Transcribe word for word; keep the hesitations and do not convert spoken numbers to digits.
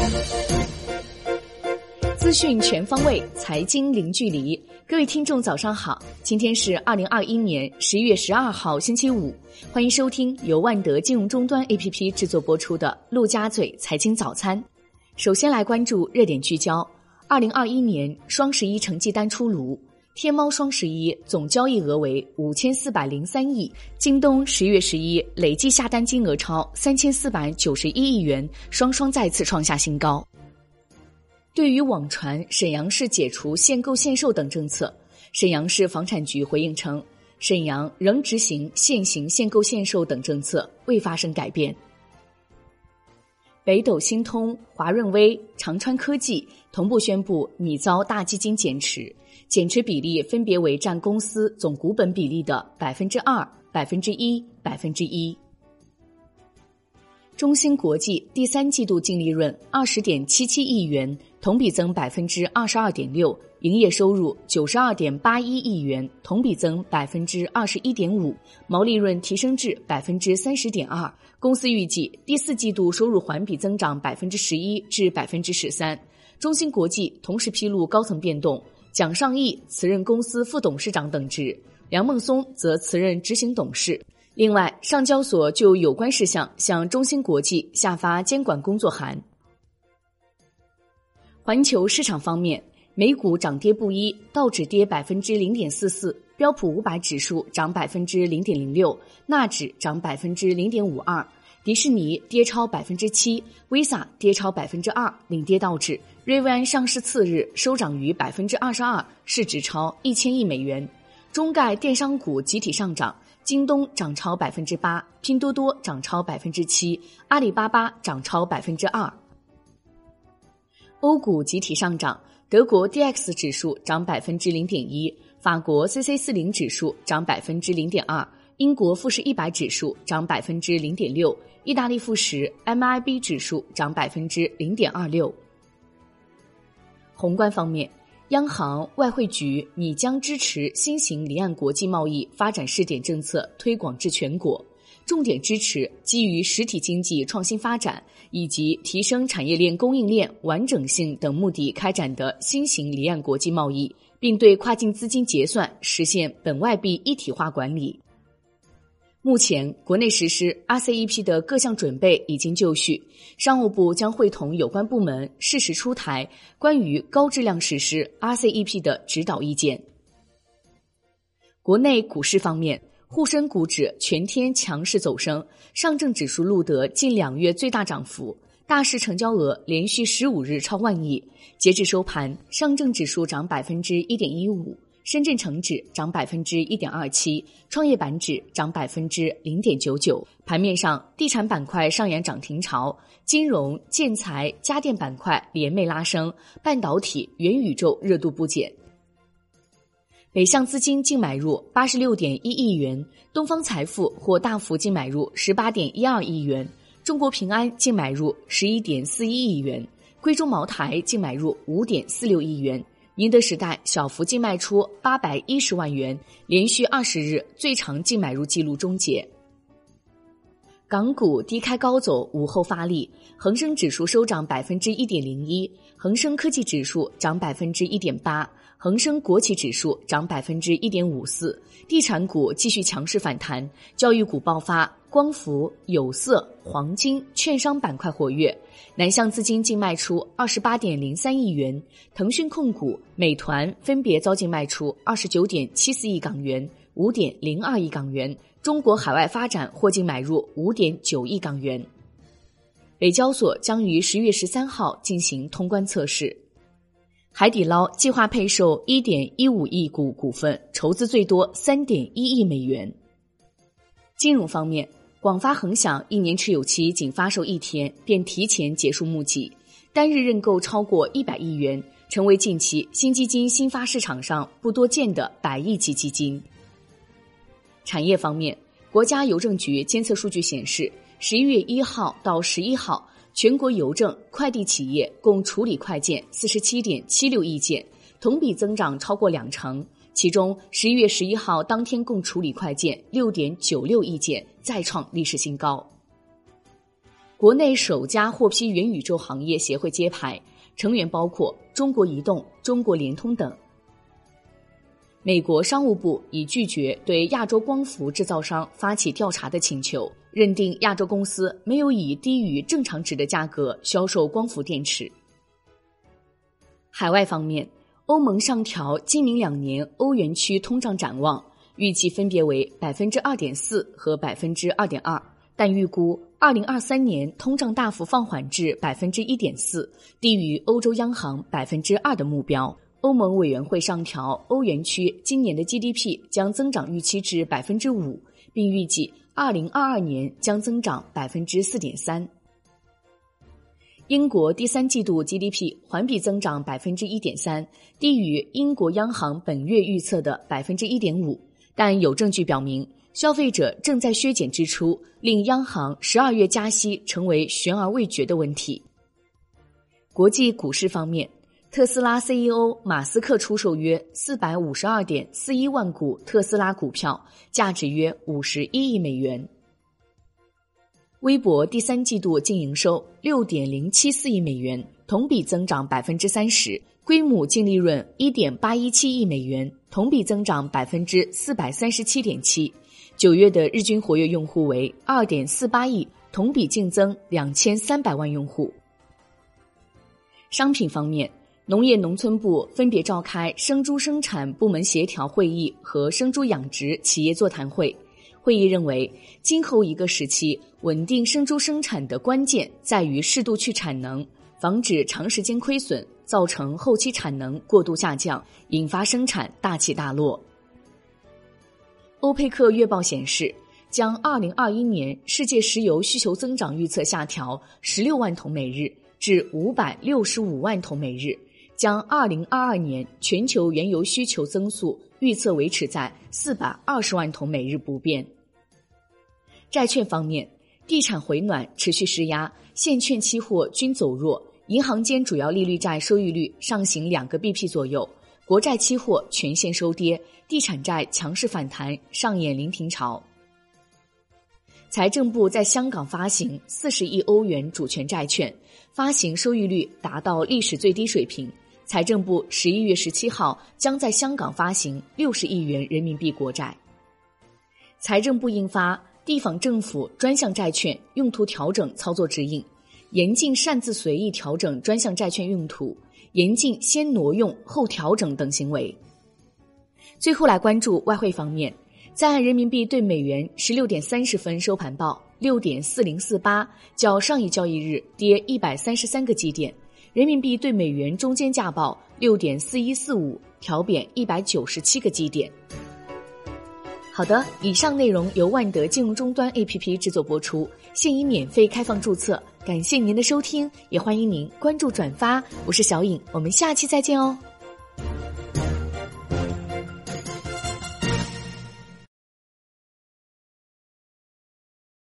资讯全方位，财经零距离。各位听众早上好，今天是二零二一年十一月十二号星期五，欢迎收听由万德金融终端 A P P 制作播出的陆家嘴财经早餐。首先来关注热点聚焦。二零二一年双十一成绩单出炉，天猫双十一总交易额为五千四百零三亿，京东十月十一累计下单金额超三千四百九十一亿元，双双再次创下新高。对于网传沈阳市解除限购限售等政策，沈阳市房产局回应称，沈阳仍执行现行限购限售等政策，未发生改变。北斗星通、华润微、长川科技同步宣布拟遭大基金减持，减持比例分别为占公司总股本比例的百分之二、百分之一、百分之一。中芯国际第三季度净利润二十点七七亿元，同比增百分之二十二点六，营业收入九十二点八一亿元，同比增百分之二十一点五，毛利润提升至百分之三十点二。公司预计第四季度收入环比增长百分之十一至百分之十三。中芯国际同时披露高层变动，蒋尚义辞任公司副董事长等职，梁孟松则辞任执行董事。另外，上交所就有关事项向中芯国际下发监管工作函。环球市场方面，美股涨跌不一，道指跌百分之零点四四，标普五百指数涨百分之零点零六，纳指涨百分之零点五二，迪士尼跌超百分之七 ，Visa 跌超百分之二，领跌道指。瑞万上市次日收涨逾百分之二十二，市值超一千亿美元。中概电商股集体上涨。京东涨超百分之八，拼多多涨超百分之七，阿里巴巴涨超百分之二。欧股集体上涨，德国 D X 指数涨百分之零点一，法国 C C 四十 指数涨百分之零点二，英国富时一百指数涨百分之零点六，意大利富时 M I B 指数涨百分之零点二六。宏观方面。央行、外汇局拟将支持新型离岸国际贸易发展试点政策推广至全国，重点支持基于实体经济创新发展以及提升产业链供应链完整性等目的开展的新型离岸国际贸易，并对跨境资金结算实现本外币一体化管理。目前，国内实施 R C E P 的各项准备已经就绪，商务部将会同有关部门适时出台关于高质量实施 R C E P 的指导意见。国内股市方面，沪深股指全天强势走升，上证指数录得近两月最大涨幅，大市成交额连续十五日超万亿。截至收盘，上证指数涨百分之一点一五。深圳成指涨百分之一点二七，创业板指涨百分之零点九九。盘面上，地产板块上演涨停潮，金融、建材、家电板块连袂拉升，半导体、元宇宙热度不减。北向资金净买入八十六点一亿元，东方财富或大幅净买入十八点一二亿元，中国平安净买入十一点四一亿元，贵州茅台净买入五点四六亿元。宁德时代小幅净卖出八百一十万元，连续二十日最长净买入记录终结。港股低开高走，午后发力，恒生指数收涨百分之一点零一，恒生科技指数涨百分之一点八，恒生国企指数涨百分之一点五四，地产股继续强势反弹，教育股爆发，光伏、有色、黄金、券商板块活跃。南向资金净卖出二十八点零三亿元，腾讯控股、美团分别遭净卖出二十九点七四亿港元、五点零二亿港元，中国海外发展获净买入五点九亿港元。北交所将于十月十三号进行通关测试。海底捞计划配售一点一五亿股股份，筹资最多三点一亿美元。金融方面，广发恒享一年持有期仅发售一天便提前结束募集，单日认购超过一百亿元，成为近期新基金新发市场上不多见的百亿级基金。产业方面，国家邮政局监测数据显示，十一月一号到十一号，全国邮政快递企业共处理快件四十七点七六亿件，同比增长超过两成。其中十一月十一号当天共处理快件六点九六亿件，再创历史新高。 国内首家获批元宇宙行业协会揭牌，成员包括中国移动、中国联通等。美国商务部已拒绝对亚洲光伏制造商发起调查的请求，认定亚洲公司没有以低于正常值的价格销售光伏电池。海外方面，欧盟上调今明两年欧元区通胀展望，预计分别为 百分之二点四 和 百分之二点二， 但预估二零二三年通胀大幅放缓至 百分之一点四， 低于欧洲央行 百分之二 的目标。欧盟委员会上调欧元区今年的 G D P 将增长预期至 百分之五， 并预计二零二二年将增长 百分之四点三。 英国第三季度 G D P 环比增长 百分之一点三， 低于英国央行本月预测的 百分之一点五， 但有证据表明消费者正在削减支出，令央行十二月加息成为悬而未决的问题。国际股市方面，特斯拉 C E O 马斯克出售约 四百五十二点四一万股特斯拉股票，价值约五十一亿美元。微博第三季度净营收 六点零七四亿美元，同比增长 百分之三十， 规模净利润 一点八一七亿美元，同比增长 百分之四百三十七点七。 九月的日均活跃用户为 二点四八亿，同比净增两千三百万用户。商品方面，农业农村部分别召开生猪生产部门协调会议和生猪养殖企业座谈会。会议认为，今后一个时期稳定生猪生产的关键在于适度去产能，防止长时间亏损，造成后期产能过度下降，引发生产大起大落。欧佩克月报显示，将二零二一年世界石油需求增长预测下调十六万桶每日至五百六十五万桶每日，将二零二二年全球原油需求增速预测维持在四百二十万桶每日不变。债券方面，地产回暖持续施压，现券期货均走弱，银行间主要利率债收益率上行两个 B P 左右，国债期货全线收跌，地产债强势反弹，上演临停潮。财政部在香港发行四十亿欧元主权债券，发行收益率达到历史最低水平。财政部十一月十七号将在香港发行六十亿元人民币国债。财政部印发地方政府专项债券用途调整操作指引，严禁擅自随意调整专项债券用途，严禁先挪用后调整等行为。最后来关注外汇方面，在岸人民币对美元十六点三十分收盘报 六点四零四八， 较上一交易日跌一百三十三个基点。人民币对美元中间价报 六点四一四五， 调贬一百九十七个基点。好的，以上内容由万德金融终端 A P P 制作播出，现已免费开放注册，感谢您的收听，也欢迎您关注转发。我是小颖，我们下期再见哦。